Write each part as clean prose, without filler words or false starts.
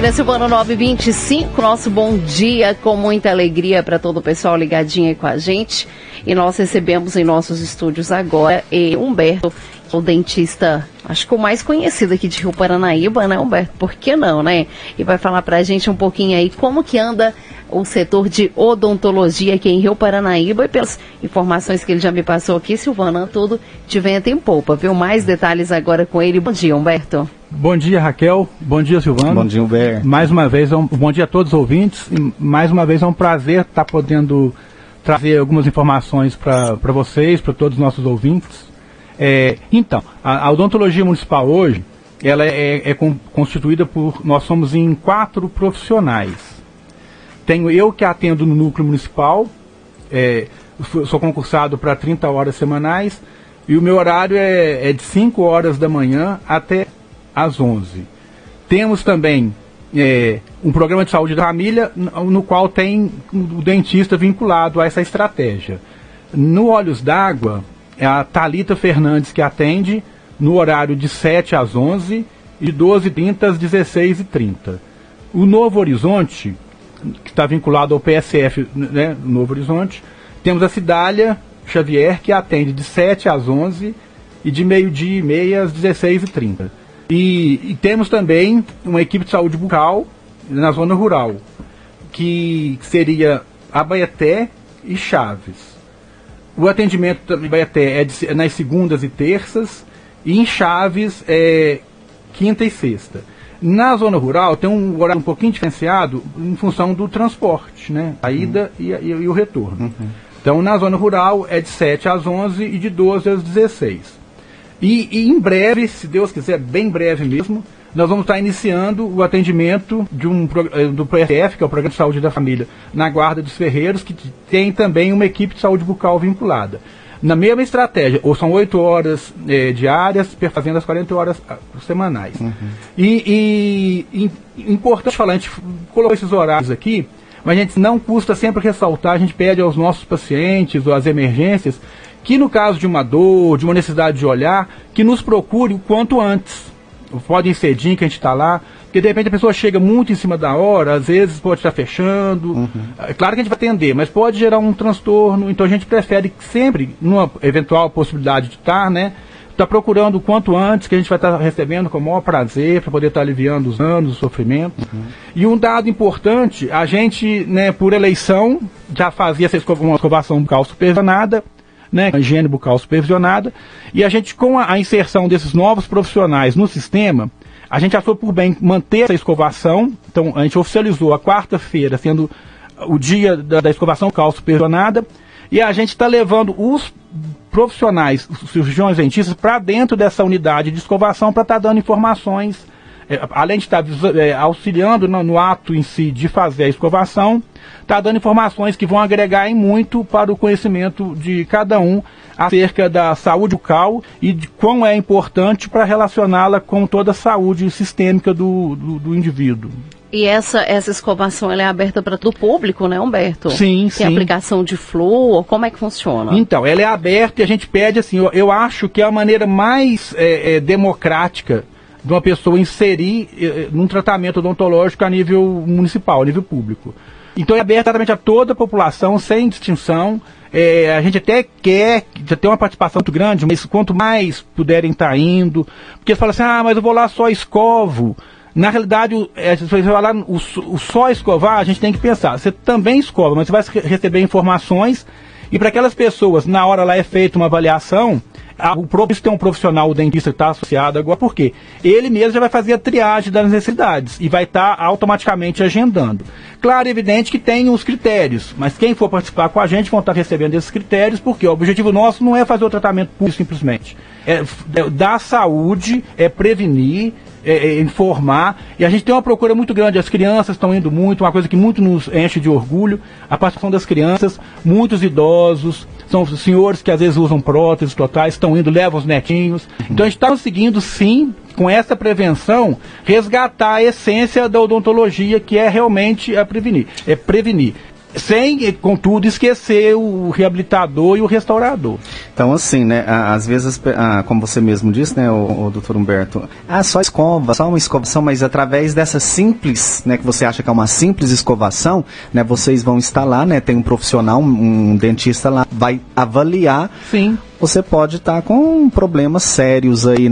Teresina, Silvano 925, nosso bom dia com muita alegria para todo o pessoal ligadinho aí com a gente. E nós recebemos em nossos estúdios agora Humberto, o dentista, acho que o mais conhecido aqui de Rio Paranaíba, né, Humberto? Por que não, né? E vai falar pra gente um pouquinho aí como que anda o setor de odontologia aqui em Rio Paranaíba, e pelas informações que ele já me passou aqui, Silvana, tudo de vento em polpa, viu? Mais detalhes agora com ele. Bom dia, Humberto. Bom dia, Raquel. Bom dia, Silvano. Bom dia, Humberto. Mais uma vez, bom dia a todos os ouvintes. E mais uma vez é um prazer estar podendo trazer algumas informações para vocês, para todos os nossos ouvintes. Então, a odontologia municipal hoje, ela é constituída por, nós somos em 4 profissionais. Tenho eu que atendo no núcleo municipal, sou concursado para 30 horas semanais, e o meu horário é de 5 horas da manhã até às 11. Temos também um programa de saúde da família, no qual tem o dentista vinculado a essa estratégia. No Olhos d'Água, é a Thalita Fernandes que atende no horário de 7 às 11 e de 12h30 às 16h30. O Novo Horizonte, que está vinculado ao PSF, né, Novo Horizonte, temos a Cidália Xavier, que atende de 7 às 11 e de meio-dia e meia às 16h30. E temos também uma equipe de saúde bucal na zona rural, que seria Abaeté e Chaves. O atendimento em Abaeté é nas segundas e terças, e em Chaves é quinta e sexta. Na zona rural tem um horário um pouquinho diferenciado em função do transporte, né? A ida e o retorno. Então, na zona rural é de 7 às 11 e de 12 às 16. E em breve, se Deus quiser, bem breve mesmo, nós vamos estar iniciando o atendimento do PSF, que é o Programa de Saúde da Família, na Guarda dos Ferreiros, que tem também uma equipe de saúde bucal vinculada. Na mesma estratégia, ou são 8 horas diárias, fazendo as 40 horas semanais. E importante falar, a gente colocou esses horários aqui, mas a gente não custa sempre ressaltar, a gente pede aos nossos pacientes ou às emergências, que no caso de uma dor, de uma necessidade de olhar, que nos procure o quanto antes. Pode ir cedinho que a gente está lá, porque de repente a pessoa chega muito em cima da hora, às vezes pode estar fechando. É claro que a gente vai atender, mas pode gerar um transtorno, então a gente prefere sempre, numa eventual possibilidade de estar, né, tá procurando o quanto antes, que a gente vai estar recebendo com o maior prazer, para poder estar aliviando os danos, o sofrimento. E um dado importante, a gente, né, por eleição, já fazia uma escovação bucal supervisionada, né, a higiene bucal supervisionada, e a gente, com a inserção desses novos profissionais no sistema, a gente achou por bem manter essa escovação. Então a gente oficializou a quarta-feira sendo o dia da escovação bucal supervisionada, e a gente está levando os profissionais, os cirurgiões dentistas, para dentro dessa unidade de escovação para estar dando informações, além de estar auxiliando no ato em si de fazer a escovação, está dando informações que vão agregar em muito para o conhecimento de cada um acerca da saúde bucal e de quão é importante para relacioná-la com toda a saúde sistêmica do indivíduo. E essa escovação, ela é aberta para todo o público, né, Humberto? Sim, Tem aplicação de flúor, como é que funciona? Então, ela é aberta e a gente pede assim, eu acho que é a maneira mais democrática de uma pessoa inserir num tratamento odontológico a nível municipal, a nível público. Então é aberto exatamente a toda a população, sem distinção. A gente até quer ter uma participação muito grande, mas quanto mais puderem estar indo, porque você fala assim, mas eu vou lá só escovo. Na realidade, se você vai lá, o só escovar, a gente tem que pensar, você também escova, mas você vai receber informações, e para aquelas pessoas, na hora lá é feita uma avaliação, o próprio tem um profissional, o dentista que está associado agora, por quê? Ele mesmo já vai fazer a triagem das necessidades e vai estar automaticamente agendando. Claro, é evidente que tem os critérios, mas quem for participar com a gente vão estar recebendo esses critérios, porque o objetivo nosso não é fazer o tratamento puro simplesmente. É dar saúde, é prevenir, informar, e a gente tem uma procura muito grande, as crianças estão indo muito, uma coisa que muito nos enche de orgulho, a participação das crianças, muitos idosos, são senhores que às vezes usam próteses totais, estão indo, levam os netinhos, então a gente está conseguindo sim, com essa prevenção, resgatar a essência da odontologia, que é realmente prevenir. sem, contudo, esquecer o reabilitador e o restaurador. Então, assim, né, às vezes, como você mesmo disse, né, o doutor Humberto, só uma escovação, mas através dessa simples, né, que você acha que é uma simples escovação, né, vocês vão instalar, né, tem um profissional, um dentista lá, vai avaliar. Sim. Você pode estar com problemas sérios aí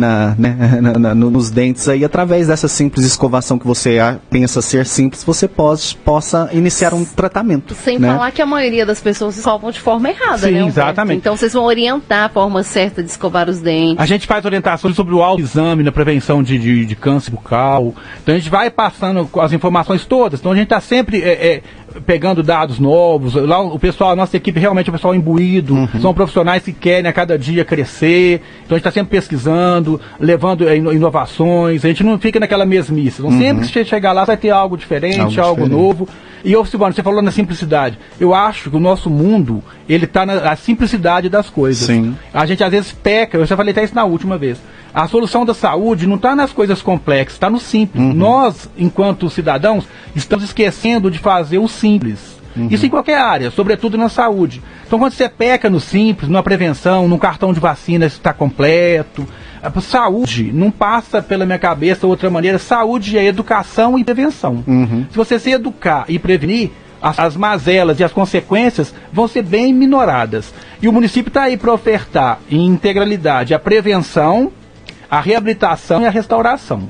nos dentes aí, através dessa simples escovação que você pensa ser simples, você possa iniciar um tratamento. Sem né? falar que a maioria das pessoas escovam de forma errada, Sim, né? exatamente. Então vocês vão orientar a forma certa de escovar os dentes. A gente faz orientações sobre o autoexame na prevenção de câncer bucal. Então a gente vai passando as informações todas. Então a gente está sempre pegando dados novos. Lá o pessoal, a nossa equipe realmente é um pessoal imbuído. São profissionais que querem a cada dia crescer. Então a gente está sempre pesquisando, levando inovações. A gente não fica naquela mesmice. Então sempre que você chegar lá vai ter algo diferente, algo novo. E Silvano, você falou na simplicidade. Eu acho que o nosso mundo, ele está na simplicidade das coisas. Sim. A gente às vezes peca, eu já falei até isso na última vez. A solução da saúde não está nas coisas complexas, está no simples. Nós, enquanto cidadãos, estamos esquecendo de fazer o simples. Isso em qualquer área, sobretudo na saúde. Então, quando você peca no simples, numa prevenção, num cartão de vacina está completo, a saúde não passa pela minha cabeça outra maneira. Saúde é educação e prevenção. Se você se educar e prevenir, as mazelas e as consequências vão ser bem minoradas. E o município está aí para ofertar em integralidade a prevenção, a reabilitação e a restauração.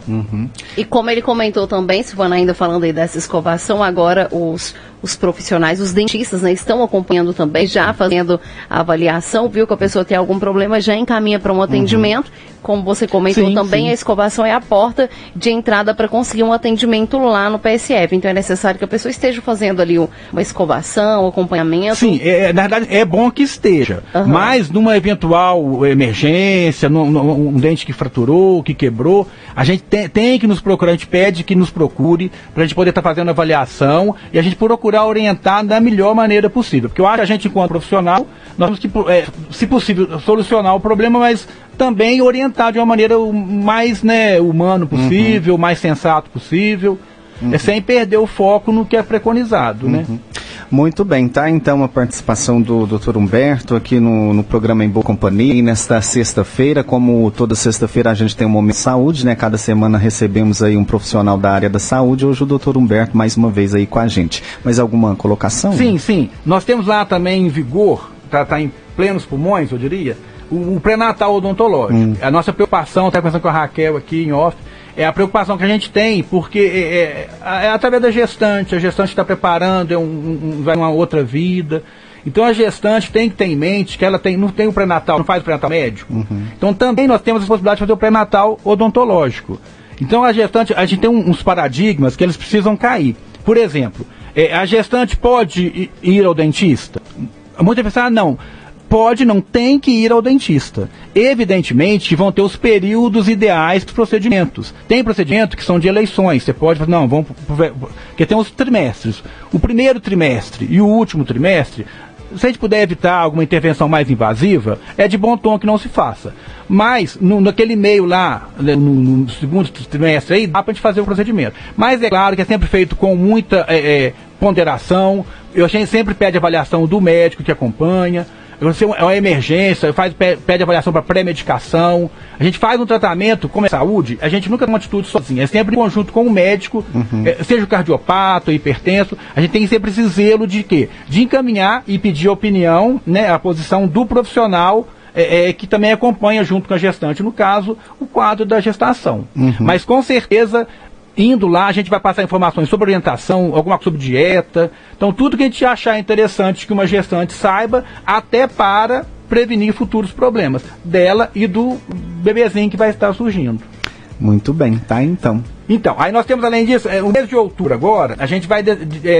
E como ele comentou também, Silvana, ainda falando aí dessa escovação, agora os profissionais, os dentistas, né, estão acompanhando também, já fazendo a avaliação, viu que a pessoa tem algum problema, já encaminha para um atendimento. Como você comentou também, a escovação é a porta de entrada para conseguir um atendimento lá no PSF. Então é necessário que a pessoa esteja fazendo ali uma escovação, acompanhamento. Sim, na verdade é bom que esteja, mas numa eventual emergência, um dente que fraturou, que quebrou, a gente tem que nos procurar, a gente pede que nos procure para a gente poder estar fazendo avaliação e a gente procurar orientar da melhor maneira possível. Porque eu acho que a gente, enquanto profissional, nós temos que, se possível, solucionar o problema, mas também orientar de uma maneira o mais humano possível, mais sensato possível, sem perder o foco no que é preconizado, né? Muito bem, tá? Então a participação do Dr. Humberto aqui no programa Em Boa Companhia, e nesta sexta-feira, como toda sexta-feira a gente tem um Momento de Saúde, né? Cada semana recebemos aí um profissional da área da saúde, hoje o Dr. Humberto mais uma vez aí com a gente. Mais alguma colocação? Sim. Nós temos lá também em vigor, tá em plenos pulmões, eu diria, o pré-natal odontológico. A nossa preocupação, até conversando com a Raquel aqui em off, é a preocupação que a gente tem, porque é através da gestante, a gestante está preparando, vai uma outra vida. Então a gestante tem que ter em mente que ela não tem o pré-natal, não faz o pré-natal médico. Então também nós temos a possibilidade de fazer o pré-natal odontológico. Então a gestante, a gente tem uns paradigmas que eles precisam cair. Por exemplo, a gestante pode ir ao dentista? Muita pessoa, não. Pode, não tem que ir ao dentista. Evidentemente, vão ter os períodos ideais para os procedimentos. Tem procedimentos que são de eleições. Você pode falar, não, porque tem os trimestres. O primeiro trimestre e o último trimestre, se a gente puder evitar alguma intervenção mais invasiva, é de bom tom que não se faça. Mas, naquele meio lá, no segundo trimestre, aí dá para a gente fazer o procedimento. Mas é claro que é sempre feito com muita ponderação. A gente sempre pede avaliação do médico que acompanha. É uma emergência, pede avaliação para pré-medicação. A gente faz um tratamento, como é saúde, a gente nunca tem uma atitude sozinha, é sempre em conjunto com o médico, seja o cardiopata, o hipertenso. A gente tem sempre esse zelo de quê? De encaminhar e pedir a opinião, a posição do profissional, que também acompanha junto com a gestante, no caso, o quadro da gestação. Mas com certeza, indo lá, a gente vai passar informações sobre orientação, alguma coisa sobre dieta. Então, tudo que a gente achar interessante que uma gestante saiba, até para prevenir futuros problemas dela e do bebezinho que vai estar surgindo. Muito bem, tá então. Então, aí nós temos, além disso, o mês de outubro agora, a gente vai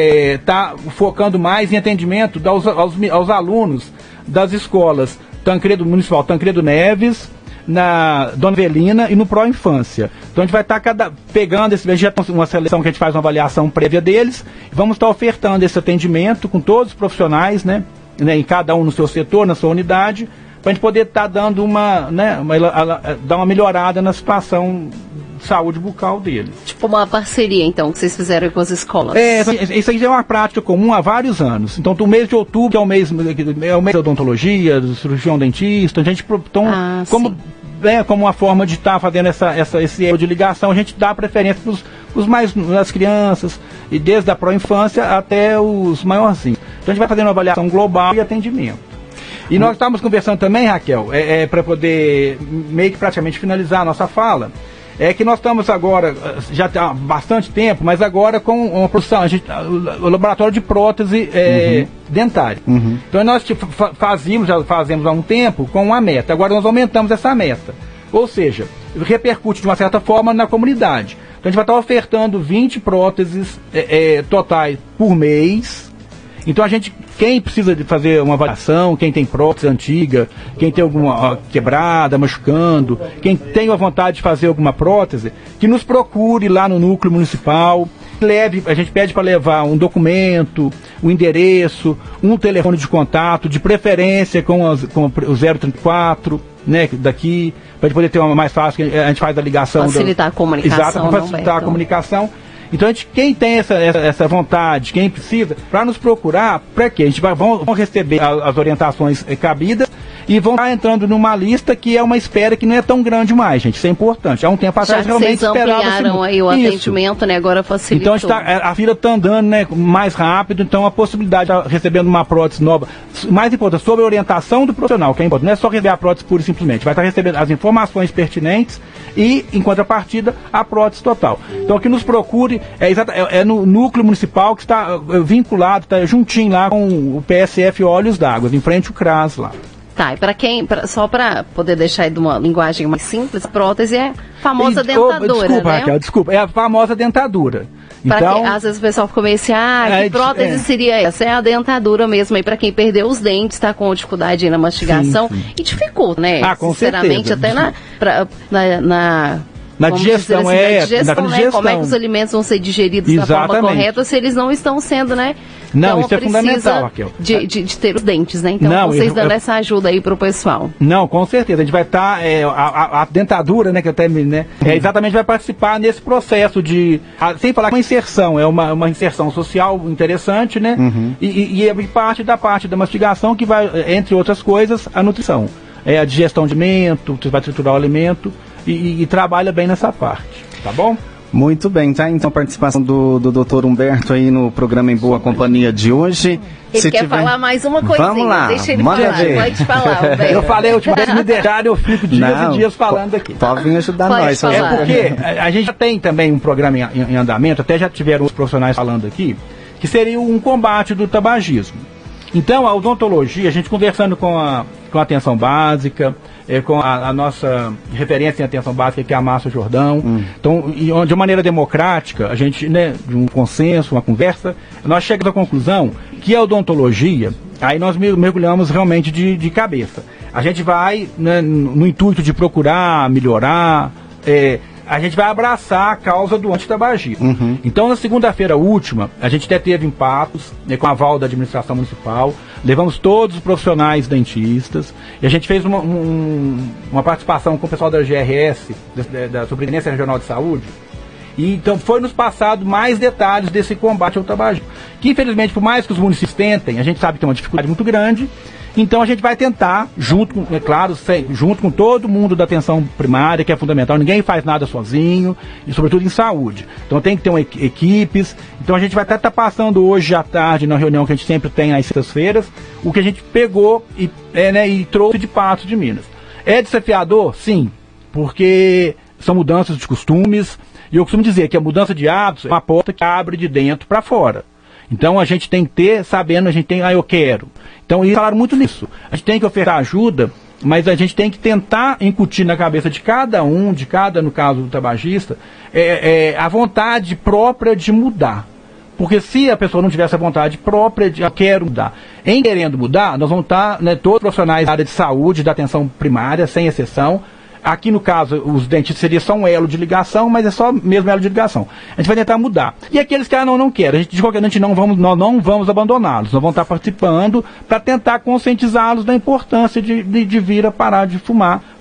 estar focando mais em atendimento aos alunos das escolas Municipal Tancredo Neves, na Dona Evelina e no Pro Infância. Então a gente vai estar pegando a gente já tem uma seleção que a gente faz uma avaliação prévia deles, e vamos estar ofertando esse atendimento com todos os profissionais, em cada um no seu setor, na sua unidade, para a gente poder estar dando dar uma melhorada na situação de saúde bucal dele. Tipo uma parceria, então, que vocês fizeram com as escolas. Isso aí já é uma prática comum há vários anos. Então, o mês de outubro, que é o mês da odontologia, do cirurgião dentista, a gente, então, como uma forma de estar fazendo esse erro de ligação, a gente dá preferência para as crianças, e desde a pró-infância até os maiorzinhos. Então, a gente vai fazendo uma avaliação global e atendimento. E nós estávamos conversando também, Raquel, para poder meio que praticamente finalizar a nossa fala, que nós estamos agora, já há bastante tempo, mas agora com uma produção, o laboratório de prótese dentária. Então nós já fazemos há um tempo com uma meta, agora nós aumentamos essa meta. Ou seja, repercute de uma certa forma na comunidade. Então a gente vai estar ofertando 20 próteses totais por mês. Então quem precisa de fazer uma avaliação, quem tem prótese antiga, quem tem alguma quebrada, machucando, quem tem a vontade de fazer alguma prótese, que nos procure lá no núcleo municipal, a gente pede para levar um documento, um endereço, um telefone de contato, de preferência com o 034, né, daqui, para a gente poder ter uma mais fácil, a gente faz a ligação. Facilitar a comunicação. Exato, para facilitar a comunicação. Então, quem tem essa vontade, quem precisa, para nos procurar, para quê? A gente vão receber as orientações cabidas e vão estar entrando numa lista que é uma espera que não é tão grande mais, gente. Isso é importante. Há um tempo atrás realmente esperava. Vocês ampliaram aí o atendimento, né? Agora facilitou. Então, a fila está andando, né, mais rápido, então a possibilidade de estar recebendo uma prótese nova, mais importante, sobre a orientação do profissional, que é importante. Não é só receber a prótese pura e simplesmente. Vai estar recebendo as informações pertinentes e, em contrapartida, a prótese total. Então, que nos procure, é no núcleo municipal que está vinculado, está juntinho lá com o PSF Olhos d'Água, em frente ao CRAS lá. Tá, e só para poder deixar aí de uma linguagem mais simples, a prótese é a famosa dentadura, desculpa, né? Raquel, desculpa, é a famosa dentadura. Então, às vezes o pessoal fica meio assim, que prótese seria essa? É a dentadura mesmo, aí para quem perdeu os dentes, está com dificuldade aí na mastigação, e dificulta, né? Com sinceramente, certeza. Até na digestão, na digestão, né? Como é que os alimentos vão ser digeridos da forma correta se eles não estão sendo, né? Não, então, isso é fundamental, Raquel. De ter os dentes, né? Então, vocês dando essa ajuda aí para o pessoal. Não, com certeza. A gente vai estar, a dentadura, né, que até, né, exatamente vai participar nesse processo sem falar que uma inserção, é uma inserção social interessante, né? E parte da mastigação que vai, entre outras coisas, a nutrição. A digestão de alimento, você vai triturar o alimento e trabalha bem nessa parte, tá bom? Muito bem, tá? Então a participação do Dr. Humberto aí no programa Em Boa Companhia de hoje. Ele quer falar mais uma coisinha, vamos lá, deixa ele falar, pode falar, Humberto. Eu falei a última vez, me deixaram, eu fico dias e dias falando aqui. Pode vir ajudar nós. Falar. É porque a gente já tem também um programa em andamento, até já tiveram os profissionais falando aqui, que seria um combate do tabagismo. Então, a odontologia, a gente conversando com a atenção básica, com a nossa referência em atenção básica, que é a Márcia Jordão. Então, de uma maneira democrática, a gente, né, de um consenso, uma conversa, nós chegamos à conclusão que a odontologia, aí nós mergulhamos realmente de cabeça. A gente vai, né, no intuito de procurar melhorar, a gente vai abraçar a causa do antitabagismo. Então, na segunda-feira última, a gente até teve em Patos, com a aval da administração municipal, levamos todos os profissionais dentistas, e a gente fez uma participação com o pessoal da GRS, da Superintendência Regional de Saúde, e então foi nos passado mais detalhes desse combate ao tabagismo, que infelizmente, por mais que os municípios tentem, a gente sabe que tem uma dificuldade muito grande. Então a gente vai tentar, junto com todo mundo da atenção primária, que é fundamental, ninguém faz nada sozinho, e sobretudo em saúde. Então tem que ter equipes. Então a gente vai até estar passando hoje à tarde, na reunião que a gente sempre tem às sextas-feiras, o que a gente pegou e trouxe de Patos de Minas. É desafiador? Sim, porque são mudanças de costumes, e eu costumo dizer que a mudança de hábitos é uma porta que abre de dentro para fora. Então a gente tem que ter, sabendo, a gente tem, eu quero. Então eles falaram muito nisso. A gente tem que ofertar ajuda, mas a gente tem que tentar incutir na cabeça de cada um, no caso do tabagista, a vontade própria de mudar. Porque se a pessoa não tiver essa vontade própria de eu quero mudar, em querendo mudar, nós vamos estar, né, todos os profissionais da área de saúde, da atenção primária, sem exceção. Aqui no caso, os dentistas seria só um elo de ligação, mas é só mesmo elo de ligação. A gente vai tentar mudar. E aqueles que não querem, a gente de qualquer maneira nós não vamos abandoná-los. Nós vamos estar participando para tentar conscientizá-los da importância de vir a parar de fumar,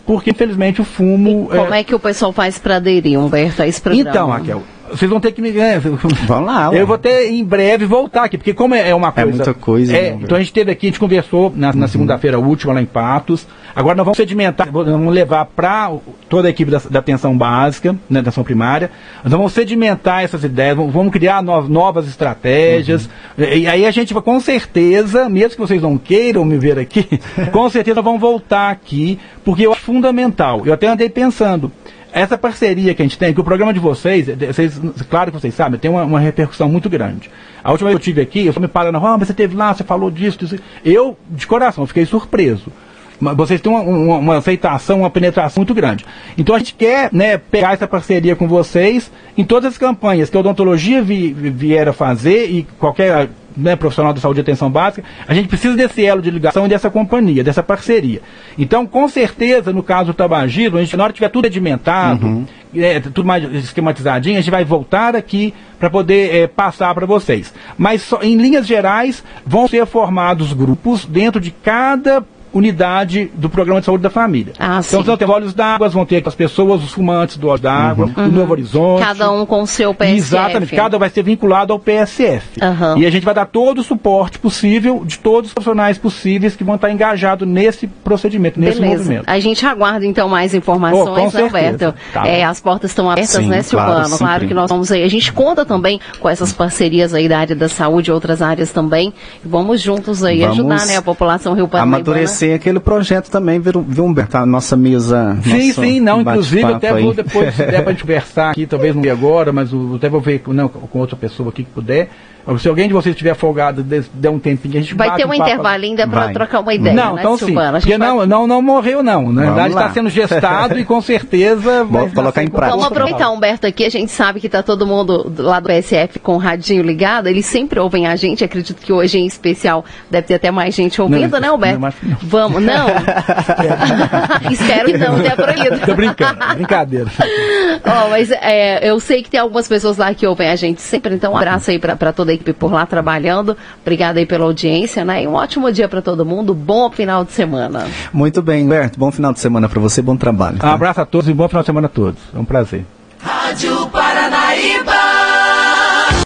porque infelizmente o fumo... Como é que o pessoal faz para aderir, Humberto, a esse programa? Então, Raquel, vocês vão ter que me... Vamos lá. Eu vou ter em breve voltar aqui, porque como é uma coisa... É muita coisa. Então a gente teve aqui, a gente conversou na segunda-feira última lá em Patos. Agora nós vamos sedimentar, vamos levar para toda a equipe da atenção básica, né, da atenção primária. Nós vamos sedimentar essas ideias, vamos criar novas estratégias. E aí a gente vai, com certeza, mesmo que vocês não queiram me ver aqui, com certeza vão voltar aqui, porque eu acho fundamental. Eu até andei pensando, essa parceria que a gente tem, que o programa de vocês, claro que vocês sabem, tem uma repercussão muito grande. A última vez que eu estive aqui, eu só me parando, mas você esteve lá, você falou disso. Eu, de coração, fiquei surpreso. Vocês têm uma aceitação, uma penetração muito grande. Então a gente quer, né, pegar essa parceria com vocês em todas as campanhas que a odontologia vier a fazer e qualquer, né, profissional da saúde e atenção básica, a gente precisa desse elo de ligação e dessa companhia, dessa parceria. Então, com certeza, no caso do tabagismo, a gente, na hora que tiver tudo sedimentado, tudo mais esquematizadinho, a gente vai voltar aqui para poder passar para vocês. Mas, em linhas gerais, vão ser formados grupos dentro de cada unidade do programa de saúde da família. Então vão ter olhos d'água, vão ter as pessoas, os fumantes do olho d'água, do Novo Horizonte. Cada um com o seu PSF. Exatamente, cada vai ser vinculado ao PSF. E a gente vai dar todo o suporte possível de todos os profissionais possíveis que vão estar engajados nesse procedimento, nesse movimento. A gente aguarda então mais informações, né, Humberto? Tá. As portas estão abertas, sim, né, Silvano? Claro que nós vamos aí. A gente conta também com essas parcerias aí da área da saúde e outras áreas também. Vamos juntos aí ajudar, né, a população Rio Paranaibana. Aquele projeto também, viu, Humberto? A nossa mesa. Sim, inclusive até vou depois, se der para a gente conversar aqui, talvez não agora, mas até vou ver com outra pessoa aqui que puder. Se alguém de vocês estiver folgado, der um tempinho, a gente vai ter um intervalo ainda para trocar uma ideia. Não, né, então sim. Porque não morreu, não. Na verdade, está sendo gestado e com certeza vai colocar em prática. Vamos aproveitar, Humberto, aqui. A gente sabe que está todo mundo lá do PSF com o radinho ligado. Eles sempre ouvem a gente. Acredito que hoje, em especial, deve ter até mais gente ouvindo, né, Humberto? Não. Vamos, não? Espero que não, tenha proibido. Tô brincando, brincadeira. Mas eu sei que tem algumas pessoas lá que ouvem a gente sempre. Então, um abraço aí para toda a equipe por lá trabalhando. Obrigada aí pela audiência, né? E um ótimo dia para todo mundo. Bom final de semana. Muito bem, Humberto. Bom final de semana para você, bom trabalho. Tá? Um abraço a todos e bom final de semana a todos. É um prazer. Rádio